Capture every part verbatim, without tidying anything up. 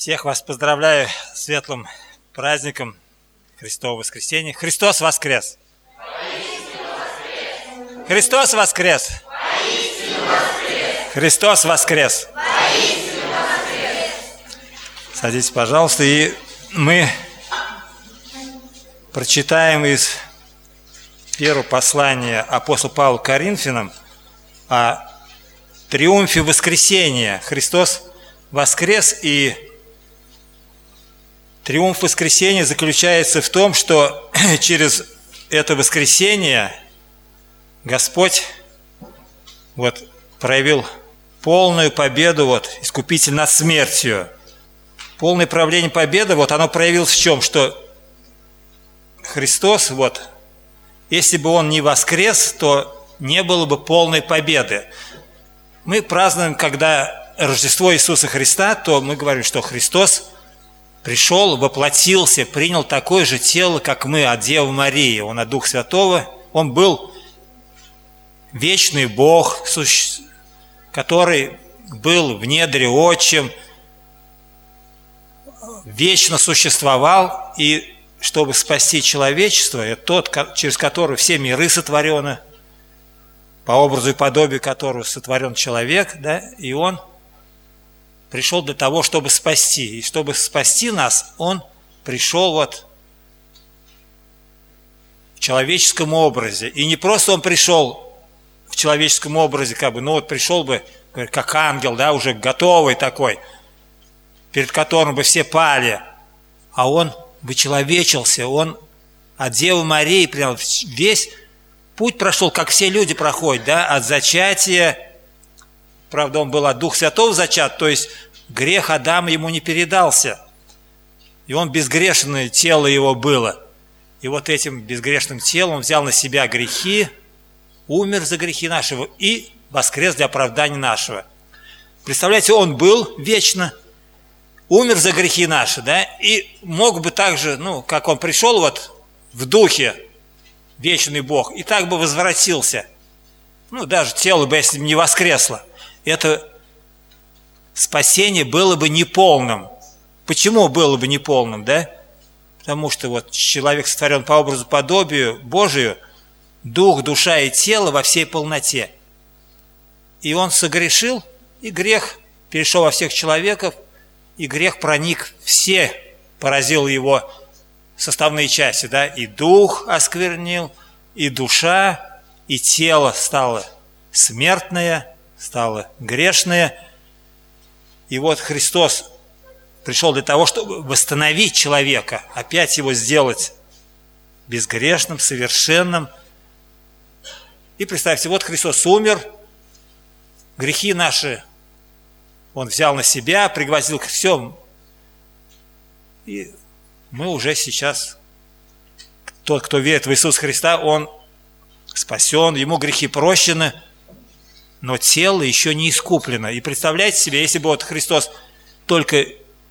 Всех вас поздравляю с светлым праздником Христова воскресения. Христос воскрес! воскрес! Христос воскрес! воскрес! Христос воскрес! воскрес! Садитесь, пожалуйста, и мы прочитаем из первого послания апостола Павла к Коринфянам о триумфе воскресения. Христос воскрес, и триумф воскресения заключается в том, что через это воскресение Господь вот проявил полную победу, вот, искупитель над смертью. Полное проявление победы, вот оно проявилось в чем? Что Христос, вот, если бы Он не воскрес, то не было бы полной победы. Мы празднуем, когда Рождество Иисуса Христа, то мы говорим, что Христос пришел, воплотился, принял такое же тело, как мы, от Девы Марии. Он от Духа Святого. Он был вечный Бог, который был в недре Отчим, вечно существовал, и чтобы спасти человечество, это тот, через который все миры сотворены, по образу и подобию которого сотворен человек, да, и он пришел для того, чтобы спасти. И чтобы спасти нас, он пришел вот в человеческом образе. И не просто он пришел в человеческом образе, как бы, ну вот пришел бы как ангел, да, уже готовый такой, перед которым бы все пали, а он вычеловечился, он от Девы Марии прям весь путь прошел, как все люди проходят, да, от зачатия. Правда, он был от Духа Святого зачат, то есть грех Адама ему не передался. И он безгрешное тело его было. И вот этим безгрешным телом он взял на себя грехи, умер за грехи нашего и воскрес для оправдания нашего. Представляете, он был вечно, умер за грехи наши, да, и мог бы также, ну, как он пришел вот в духе, вечный Бог, и так бы возвратился. Ну, даже тело бы, если бы не воскресло. Это спасение было бы неполным. Почему было бы неполным, да? Потому что вот человек сотворен по образу подобию Божию, дух, душа и тело во всей полноте. И он согрешил, и грех перешел во всех человеков, и грех проник все, поразил его составные части, да? И дух осквернил, и душа, и тело стало смертное, стало грешное. И вот Христос пришел для того, чтобы восстановить человека, опять его сделать безгрешным, совершенным. И представьте, вот Христос умер, грехи наши Он взял на себя, пригвоздил к всем. И мы уже сейчас, тот, кто верит в Иисуса Христа, он спасен, ему грехи прощены, но тело еще не искуплено. И представляете себе, если бы вот Христос только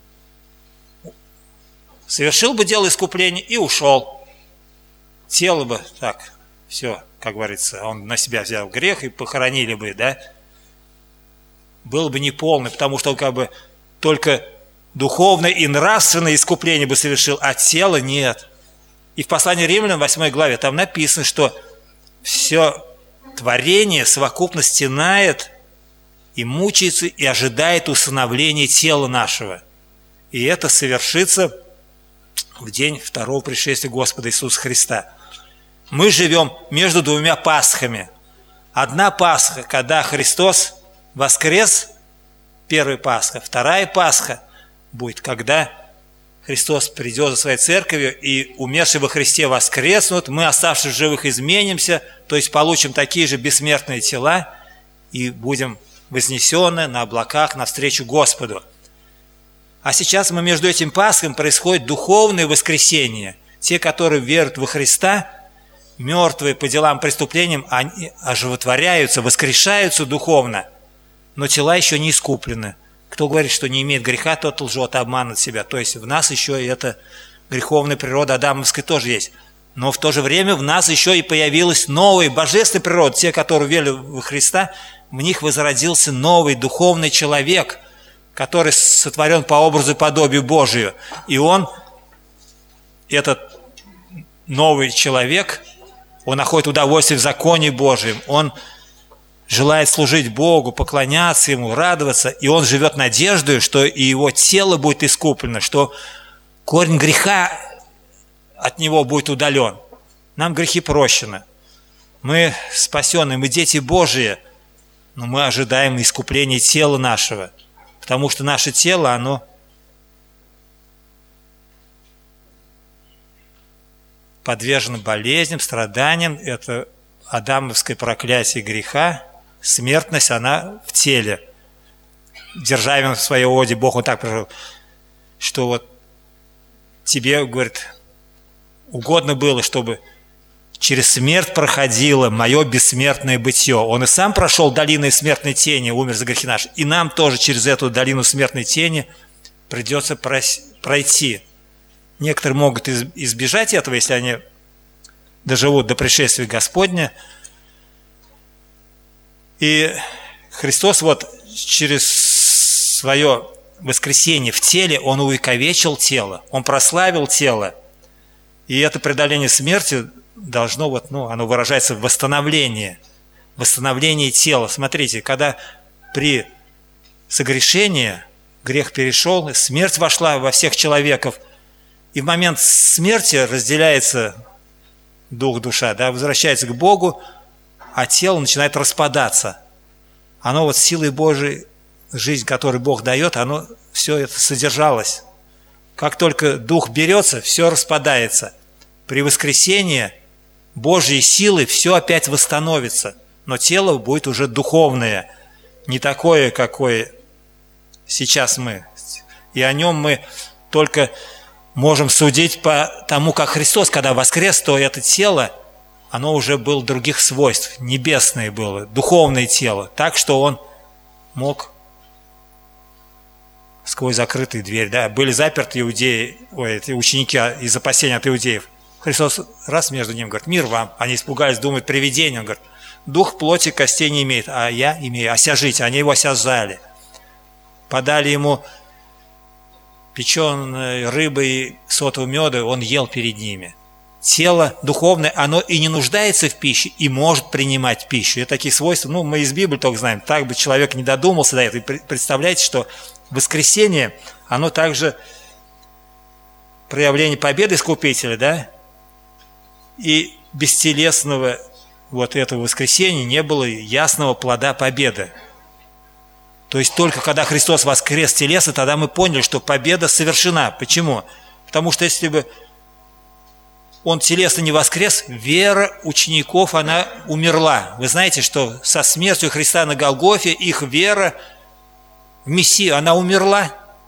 совершил бы дело искупления и ушел, тело бы так, все, как говорится, он на себя взял грех и похоронили бы, да, было бы неполный, потому что он как бы только духовное и нравственное искупление бы совершил, а тела нет. И в послании Римлянам, восьмой главе, там написано, что все творение совокупно стенает и мучается, и ожидает усыновления тела нашего. И это совершится в день второго пришествия Господа Иисуса Христа. Мы живем между двумя Пасхами. Одна Пасха, когда Христос воскрес, первая Пасха. Вторая Пасха будет, когда Христос придет за своей церковью, и умершие во Христе воскреснут, мы, оставшись живых, изменимся, то есть получим такие же бессмертные тела и будем вознесены на облаках навстречу Господу. А сейчас мы между этим Пасхом происходит духовное воскресение. Те, которые веруют во Христа, мертвые по делам преступлениям, они оживотворяются, воскрешаются духовно, но тела еще не искуплены. Кто говорит, что не имеет греха, тот лжет, обманывает себя. То есть в нас еще и эта греховная природа адамовская тоже есть. Но в то же время в нас еще и появилась новая божественная природа. Те, которые верили во Христа, в них возродился новый духовный человек, который сотворен по образу и подобию Божию. И он, этот новый человек, он находит удовольствие в законе Божьем, он желает служить Богу, поклоняться Ему, радоваться, и он живет надеждой, что и его тело будет искуплено, что корень греха от него будет удален. Нам грехи прощены. Мы спасены, мы дети Божии, но мы ожидаем искупления тела нашего, потому что наше тело, оно подвержено болезням, страданиям. Это адамовское проклятие греха, смертность, она в теле. Державин в своей оде, Бог вот так прожил, что вот тебе, говорит, угодно было, чтобы через смерть проходило мое бессмертное бытие. Он и сам прошел долиной смертной тени, умер за грехи наши. И нам тоже через эту долину смертной тени придется пройти. Некоторые могут избежать этого, если они доживут до пришествия Господня. И Христос вот через свое воскресение в теле, Он увековечил тело, Он прославил тело. И это преодоление смерти должно, вот, ну, оно выражается в восстановлении, восстановлении тела. Смотрите, когда при согрешении грех перешел, смерть вошла во всех человеков, и в момент смерти разделяется дух, душа, да, возвращается к Богу, а тело начинает распадаться. Оно вот силой Божией, жизнь, которую Бог дает, оно все это содержалось. Как только дух берется, все распадается. При воскресении Божьей силой все опять восстановится, но тело будет уже духовное, не такое, какое сейчас мы. И о нем мы только можем судить по тому, как Христос, когда воскрес, то это тело, оно уже было других свойств, небесное было, духовное тело, так что он мог сквозь закрытые двери, да, были заперты иудеи, ой, эти ученики из опасения от иудеев. Христос раз между ним говорит: мир вам. Они испугались, думают, привидение. Он говорит: дух плоти костей не имеет, а я имею, осяжите. Они его осязали. Подали ему печеной рыбы и сотого меда, он ел перед ними. Тело духовное, оно и не нуждается в пище, и может принимать пищу. И такие свойства, ну, мы из Библии только знаем. Так бы человек не додумался до этого. И представляете, что воскресенье, оно также проявление победы Искупителя, да? И без телесного вот этого воскресения не было ясного плода победы. То есть только когда Христос воскрес телеса, тогда мы поняли, что победа совершена. Почему? Потому что если бы Он телесно не воскрес, вера учеников, она умерла. Вы знаете, что со смертью Христа на Голгофе их вера в Мессию, она умерла.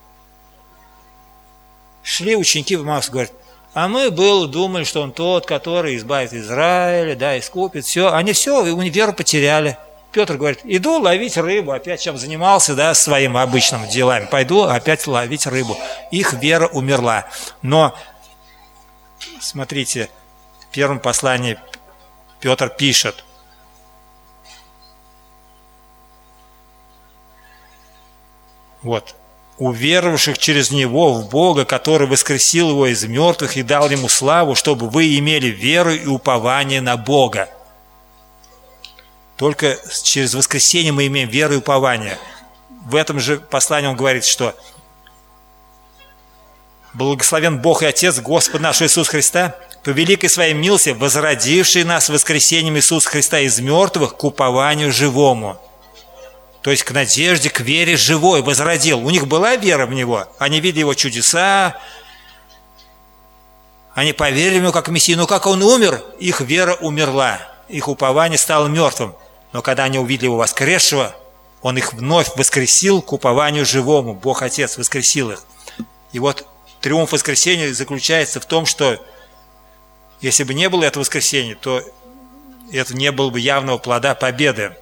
Шли ученики в Эмаус, говорят: а мы было думали, что он тот, который избавит Израиля, да, искупит, все. Они все, веру потеряли. Петр говорит: иду ловить рыбу, опять чем занимался, да, своим обычным делами. Пойду опять ловить рыбу. Их вера умерла. Но, смотрите, в первом послании Петр пишет: вот, уверовавших через Него в Бога, который воскресил Его из мертвых и дал Ему славу, чтобы вы имели веру и упование на Бога. Только через воскресение мы имеем веру и упование. В этом же послании он говорит, что благословен Бог и Отец Господа нашего Иисуса Христа, по великой своей милости, возродивший нас воскресением Иисуса Христа из мертвых к упованию живому. То есть к надежде, к вере живой возродил. У них была вера в Него. Они видели Его чудеса. Они поверили в Него как в Мессию. Но как Он умер, их вера умерла. Их упование стало мертвым. Но когда они увидели Его воскресшего, Он их вновь воскресил к упованию живому. Бог Отец воскресил их. И вот триумф воскресения заключается в том, что если бы не было этого воскресения, то это не было бы явного плода победы.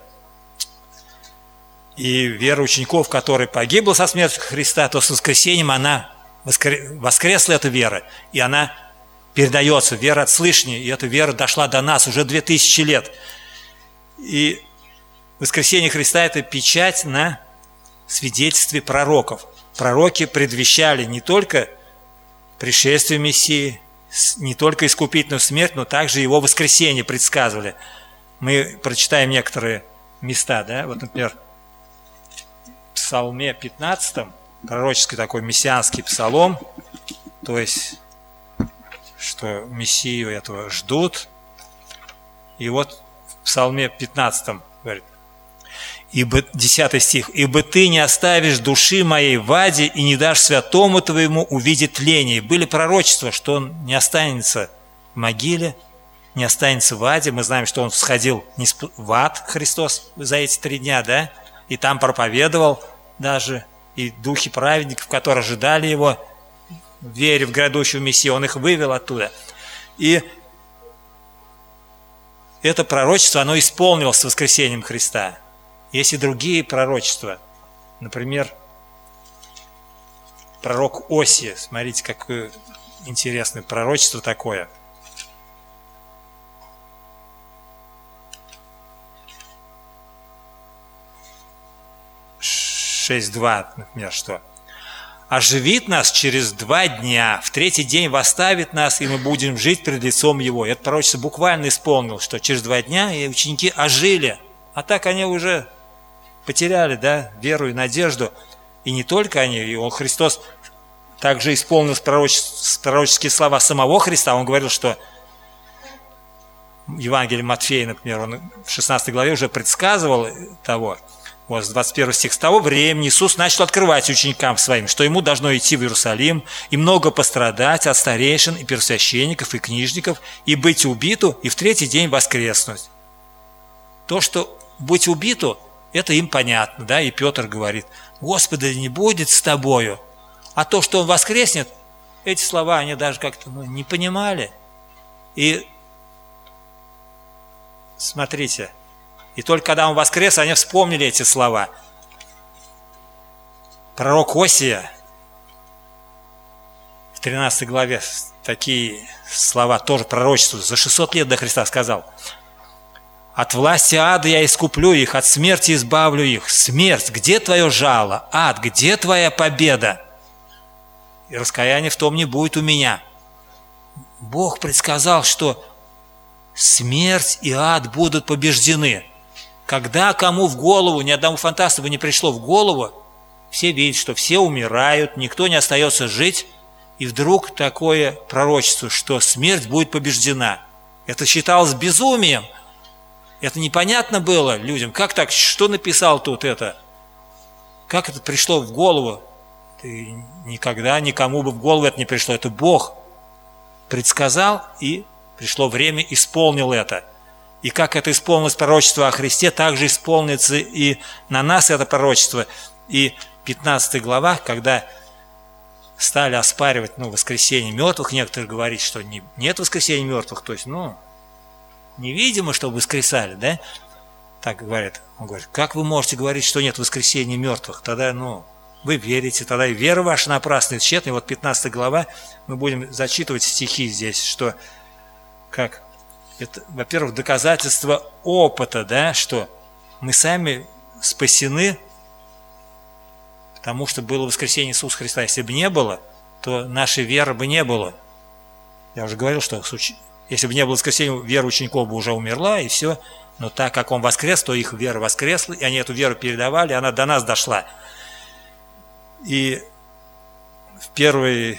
И вера учеников, которая погибла со смертью Христа, то с воскресением она воскресла, эта вера, и она передается, вера от слышания, и эта вера дошла до нас уже две тысячи лет. И воскресение Христа – это печать на свидетельстве пророков. Пророки предвещали не только пришествие Мессии, не только искупительную смерть, но также его воскресение предсказывали. Мы прочитаем некоторые места, да, вот, например, в Псалме пятнадцатом, пророческий такой мессианский псалом, то есть, что Мессию этого ждут. И вот в Псалме пятнадцатом говорит, ибо, десятый стих, «Ибо ты не оставишь души моей в аде и не дашь святому твоему увидеть тление». Были пророчества, что он не останется в могиле, не останется в аде. Мы знаем, что он сходил в ад, Христос, за эти три дня, да, и там проповедовал даже, и духи праведников, которые ожидали его, веря в грядущего Мессию, он их вывел оттуда. И это пророчество, оно исполнилось с воскресением Христа. Есть и другие пророчества. Например, пророк Осия. Смотрите, какое интересное пророчество такое. шесть два, например, что? «Оживит нас через два дня, в третий день восставит нас, и мы будем жить пред лицом Его». И это пророчество буквально исполнил, что через два дня и ученики ожили. А так они уже потеряли, да, веру и надежду. И не только они, и он, Христос, также исполнил пророческие слова самого Христа. Он говорил, что в Евангелии Матфея, например, он в шестнадцатой главе уже предсказывал того. Вот, с двадцать первого стиха. «С того времени Иисус начал открывать ученикам своим, что ему должно идти в Иерусалим и много пострадать от старейшин и первосвященников и книжников, и быть убиту, и в третий день воскреснуть». То, что быть убиту, это им понятно, да, и Петр говорит: «Господи, не будет с тобою». А то, что он воскреснет, эти слова они даже как-то ну, не понимали. И смотрите, и только когда он воскрес, они вспомнили эти слова. Пророк Осия в тринадцатой главе такие слова, тоже пророчество, за шестьсот лет до Христа сказал: «От власти ада я искуплю их, от смерти избавлю их. Смерть, где твое жало? Ад, где твоя победа? И раскаяния в том не будет у меня». Бог предсказал, что смерть и ад будут побеждены. Когда кому в голову, ни одному фантасту бы не пришло в голову, все видят, что все умирают, никто не остается жить, и вдруг такое пророчество, что смерть будет побеждена. Это считалось безумием. Это непонятно было людям. Как так? Что написал тут это? Как это пришло в голову? И никогда никому бы в голову это не пришло. Это Бог предсказал, и пришло время, исполнил это. И как это исполнилось пророчество о Христе, так же исполнится и на нас это пророчество. И пятнадцатая глава, когда стали оспаривать ну, воскресение мертвых, некоторые говорят, что не, нет воскресения мертвых, то есть, ну, невидимо, чтобы воскресали, да? Так говорят. Он говорит: как вы можете говорить, что нет воскресения мертвых? Тогда, ну, вы верите, тогда и вера ваша напрасная, тщетная. И вот пятнадцатая глава, мы будем зачитывать стихи здесь, что, как, это, во-первых, доказательство опыта, да, что мы сами спасены, потому что было воскресение Иисуса Христа. Если бы не было, то нашей веры бы не было. Я уже говорил, что если бы не было воскресения, вера учеников бы уже умерла, и все. Но так как Он воскрес, то их вера воскресла, и они эту веру передавали, и она до нас дошла. И в первой,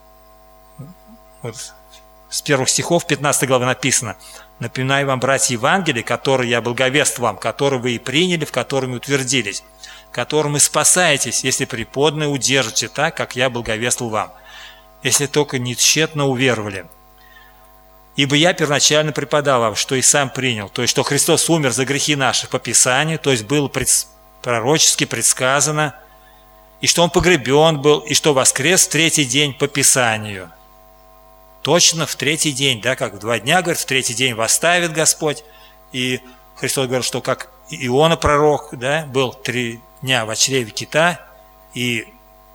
вот, с первых стихов пятнадцатой главы написано: «Напоминаю вам, братья, Евангелие, которое я благовествовал вам, которое вы и приняли, в котором и утвердились, которым и спасаетесь, если преподобные удержите так, как я благовествовал вам, если только не тщетно уверовали. Ибо я первоначально преподал вам, что и сам принял, то есть, что Христос умер за грехи наши по Писанию, то есть, было пред... пророчески предсказано, и что Он погребен был, и что воскрес в третий день по Писанию». Точно в третий день, да, как в два дня, говорит, в третий день восставит Господь. И Христос говорил, что как Иона пророк, да, был три дня в чреве кита, и,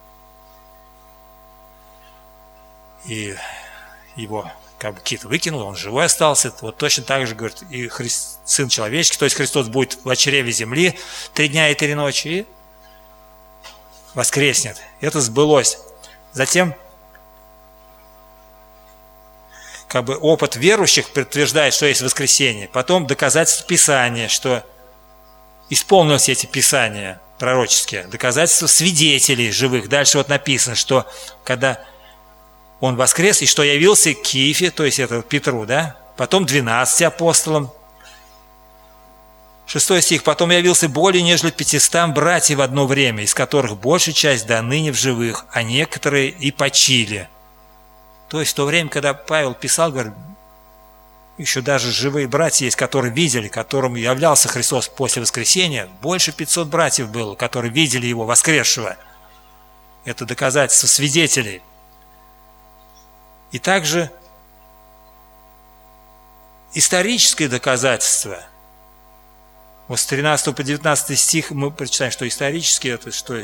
и его как бы кит выкинул, он живой остался. Вот точно так же, говорит, и Христ, Сын Человеческий, то есть Христос будет в чреве земли три дня и три ночи, и воскреснет. Это сбылось. Затем, как бы опыт верующих подтверждает, что есть воскресение. Потом доказательство Писания, что исполнились эти Писания пророческие. Доказательство свидетелей живых. Дальше вот написано, что когда он воскрес, и что явился Кифе, то есть это Петру, да? Потом двенадцати апостолам. Шестой стих. Потом явился более нежели пятистам братьев в одно время, из которых большая часть до ныне в живых, а некоторые и почили. То есть в то время, когда Павел писал, говорит, еще даже живые братья есть, которые видели, которым являлся Христос после воскресения. Больше пятисот братьев было, которые видели Его воскресшего. Это доказательство свидетелей. И также историческое доказательство. Вот с тринадцатого по девятнадцатый стих мы прочитаем, что исторически это что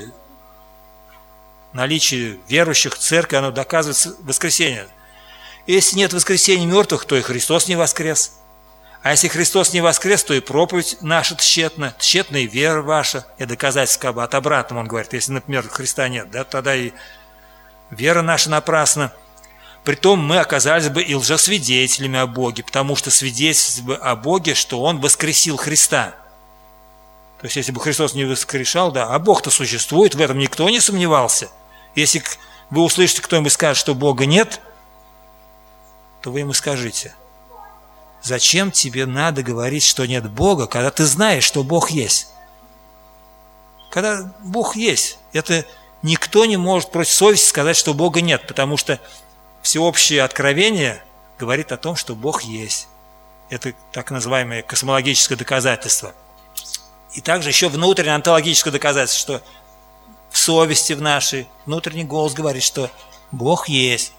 наличие верующих в церкви, оно доказывает воскресение. Если нет воскресения мертвых, то и Христос не воскрес. А если Христос не воскрес, то и проповедь наша тщетна, тщетна и вера ваша. И доказательство как бы от обратного, он говорит, если, например, Христа нет, да, тогда и вера наша напрасна. Притом мы оказались бы и лжесвидетелями о Боге, потому что свидетельствовали бы о Боге, что Он воскресил Христа. То есть, если бы Христос не воскрешал, да, а Бог-то существует, в этом никто не сомневался. Если вы услышите, кто-нибудь скажет, что Бога нет, то вы ему скажите, зачем тебе надо говорить, что нет Бога, когда ты знаешь, что Бог есть? Когда Бог есть, это никто не может против совести сказать, что Бога нет, потому что всеобщее откровение говорит о том, что Бог есть. Это так называемое космологическое доказательство. И также еще внутреннее онтологическое доказательство, что в совести в нашей внутренний голос говорит, что Бог есть.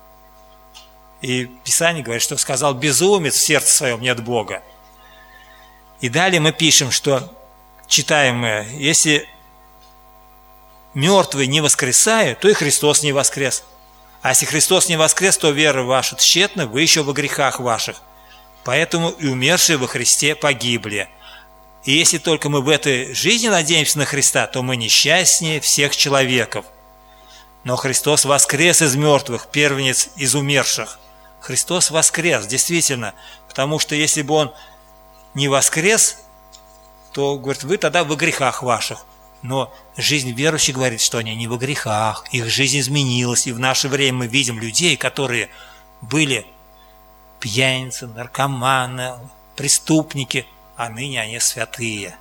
И Писание говорит, что сказал безумец в сердце своем нет Бога. И далее мы пишем, что читаем мы, если мертвые не воскресают, то и Христос не воскрес. А если Христос не воскрес, то вера ваша тщетна, вы еще во грехах ваших. Поэтому и умершие во Христе погибли. И если только мы в этой жизни надеемся на Христа, то мы несчастнее всех человеков. Но Христос воскрес из мертвых, первенец из умерших. Христос воскрес, действительно, потому что если бы Он не воскрес, то, говорит, вы тогда во грехах ваших. Но жизнь верующих говорит, что они не во грехах, их жизнь изменилась. И в наше время мы видим людей, которые были пьяницы, наркоманы, преступники, а ныне они святые.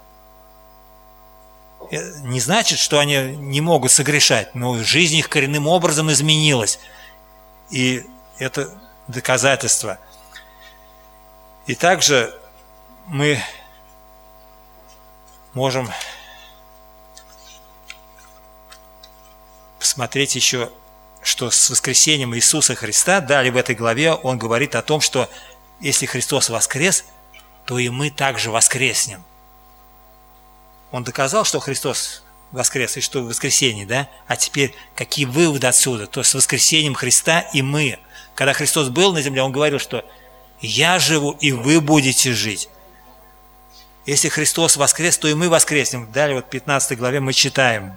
Не значит, что они не могут согрешать, но жизнь их коренным образом изменилась. И это доказательство. И также мы можем посмотреть еще, что с воскресением Иисуса Христа, далее в этой главе он говорит о том, что если Христос воскрес, то и мы также воскреснем. Он доказал, что Христос воскрес, и что в воскресенье, да? А теперь какие выводы отсюда? То с воскресением Христа и мы. Когда Христос был на земле, Он говорил, что «Я живу, и вы будете жить». Если Христос воскрес, то и мы воскреснем. Далее вот в пятнадцатой главе мы читаем.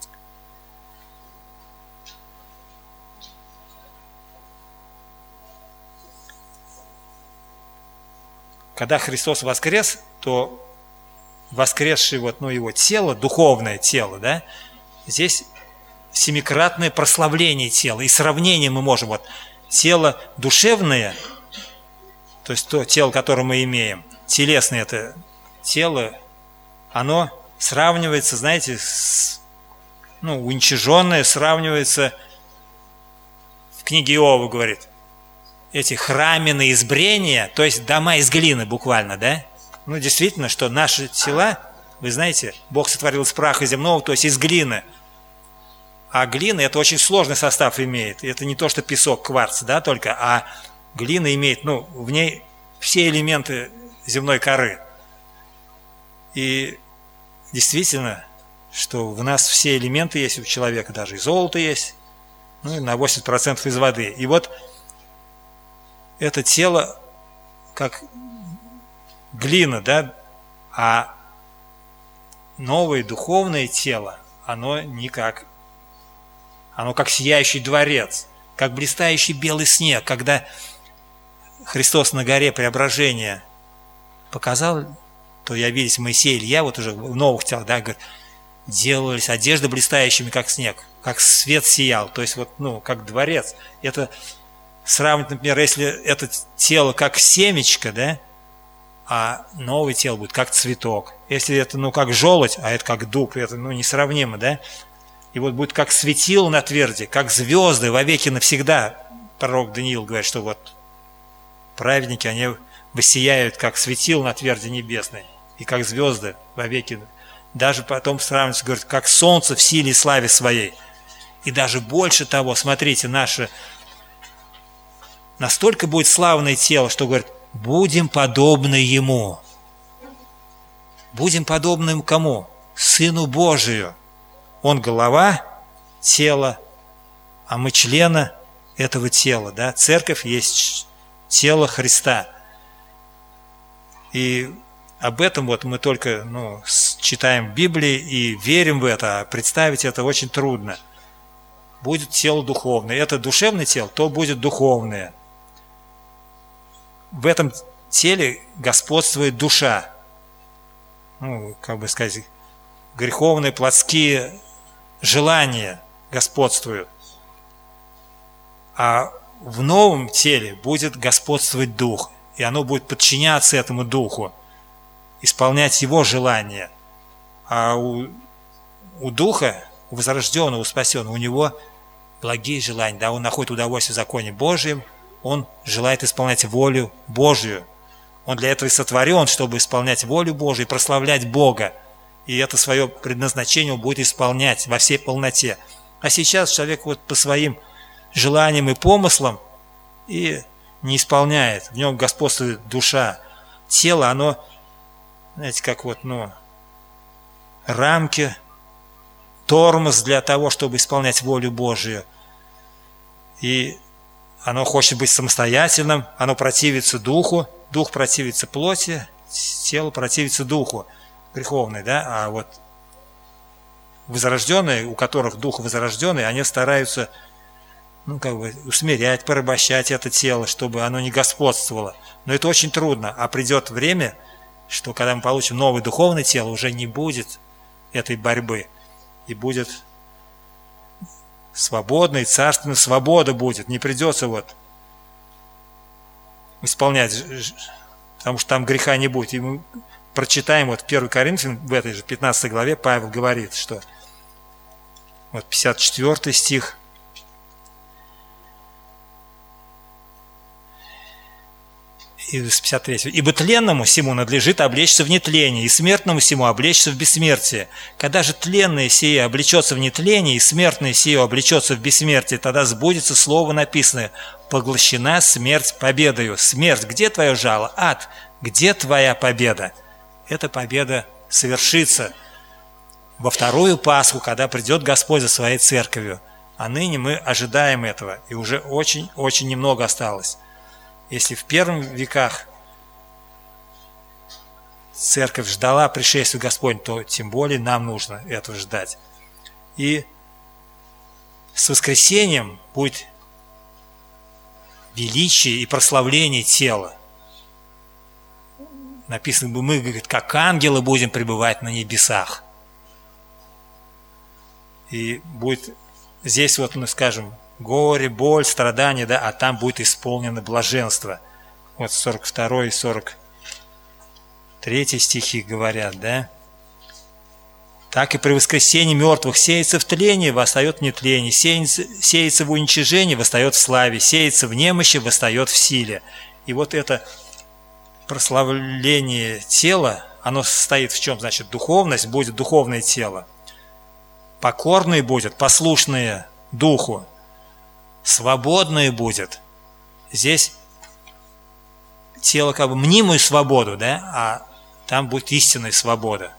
Когда Христос воскрес, то воскресшее вот, ну, его тело, духовное тело, да, здесь семикратное прославление тела. И сравнение мы можем, вот, тело душевное, то есть то тело, которое мы имеем, телесное это тело, оно сравнивается, знаете, с, ну, уничиженное, сравнивается, в книге Иова говорит, эти храмины из брения, то есть дома из глины буквально, да? Ну, действительно, что наши тела, вы знаете, Бог сотворил из праха земного, то есть из глины. А глина – это очень сложный состав имеет. Это не то, что песок, кварц, да, только, а глина имеет, ну, в ней все элементы земной коры. И действительно, что в нас все элементы есть у человека, даже и золото есть, ну, и на восемьдесят процентов из воды. И вот это тело как глина, да, а новое духовное тело, оно никак. Оно как сияющий дворец, как блистающий белый снег, когда Христос на горе Преображения показал, то явились Моисей и Илья, вот уже в новых телах, да, говорит, делались одежды блистающими, как снег, как свет сиял, то есть вот, ну, как дворец. Это сравнить, например, если это тело как семечко, да, а новое тело будет как цветок. Если это, ну, как желудь, а это как дуб, это, ну, несравнимо, да. И вот будет как светило на тверди, как звезды вовеки навсегда. Пророк Даниил говорит, что вот праведники, они воссияют, как светило на тверди небесной, и как звезды вовеки. Даже потом сравнивается, говорит, как солнце в силе и славе своей. И даже больше того, смотрите, наше настолько будет славное тело, что, говорит, будем подобны Ему. Будем подобны кому? Сыну Божию. Он голова тела, а мы члены этого тела. Да? Церковь есть тело Христа. И об этом вот мы только, ну, читаем в Библии и верим в это, а представить это очень трудно. Будет тело духовное. Это душевное тело, то будет духовное. В этом теле господствует душа. Ну, как бы сказать, греховные, плотские желания господствуют. А в новом теле будет господствовать дух. И оно будет подчиняться этому духу, исполнять его желания. А у, у духа, у возрожденного, у спасенного, у него благие желания. Да, он находит удовольствие в законе Божьем, он желает исполнять волю Божью. Он для этого и сотворен, чтобы исполнять волю Божию и прославлять Бога. И это свое предназначение он будет исполнять во всей полноте. А сейчас человек вот по своим желаниям и помыслам и не исполняет. В нем господствует душа. Тело, оно, знаете, как вот, ну, рамки, тормоз для того, чтобы исполнять волю Божию. И оно хочет быть самостоятельным, оно противится духу, дух противится плоти, тело противится духу. Греховный, да, а вот возрожденные, у которых дух возрожденный, они стараются, ну, как бы усмирять, порабощать это тело, чтобы оно не господствовало. Но это очень трудно, а придет время, что когда мы получим новое духовное тело, уже не будет этой борьбы, и будет свободной, царственная свобода будет, не придется вот исполнять, потому что там греха не будет. И мы прочитаем вот первое Коринфянам, в этой же пятнадцатой главе Павел говорит, что вот пятьдесят четвёртый стих. И с пятьдесят третьего. «Ибо тленному сему надлежит облечься в нетление, и смертному сему облечься в бессмертие. Когда же тленное сие облечется в нетление, и смертное сие облечется в бессмертие, тогда сбудется слово написанное: поглощена смерть победою. Смерть, где твое жало? Ад, где твоя победа?» Эта победа совершится во вторую Пасху, когда придет Господь за своей церковью. А ныне мы ожидаем этого, и уже очень-очень немного осталось. Если в первых веках церковь ждала пришествия Господня, то тем более нам нужно этого ждать. И с воскресением будет величие и прославление тела. Написано, мы, говорит, как ангелы будем пребывать на небесах. И будет здесь вот, мы скажем, горе, боль, страдания, да, а там будет исполнено блаженство. Вот сорок второй и сорок третий стихи говорят, да. Так и при воскресении мертвых сеется в тлении, восстает в нетлении, сеется, сеется в уничижении, восстает в славе, сеется в немощи, восстает в силе. И вот это прославление тела, оно состоит в чем? Значит, духовность, будет духовное тело. Покорные будет, послушные духу. Свободное будет. Здесь тело как бы мнимую свободу, да, а там будет истинная свобода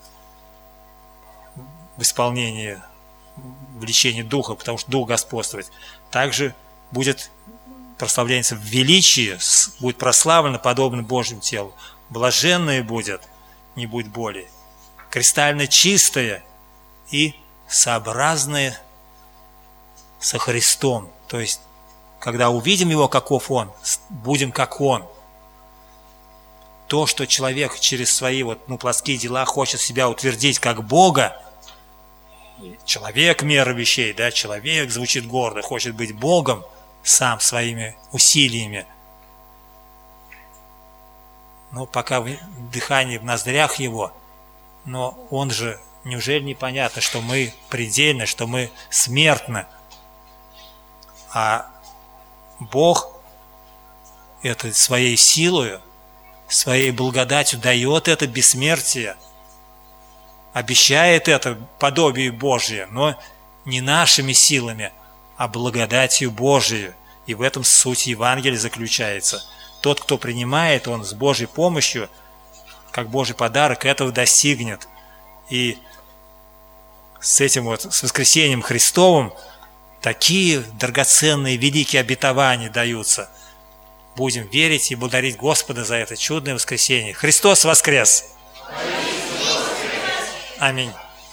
в исполнении, в лечении духа, потому что дух господствует. Также будет прославление в величии, будет прославлено подобно Божьему телу. Блаженное будет, не будет боли. Кристально чистое и сообразны со Христом. То есть, когда увидим Его, каков Он, будем как Он. То, что человек через свои вот, ну, плотские дела хочет себя утвердить как Бога, человек – мера вещей, да, человек звучит гордо, хочет быть Богом сам своими усилиями. Ну, пока дыхание в ноздрях Его, но Он же, неужели непонятно, что мы предельны, что мы смертны, а Бог это своей силою, своей благодатью дает это бессмертие, обещает это подобие Божие, но не нашими силами, а благодатью Божией. И в этом суть Евангелия заключается. Тот, кто принимает, он с Божьей помощью, как Божий подарок, этого достигнет. И с этим вот, с воскресением Христовым, такие драгоценные, великие обетования даются. Будем верить и благодарить Господа за это чудное воскресение. Христос воскрес! Аминь.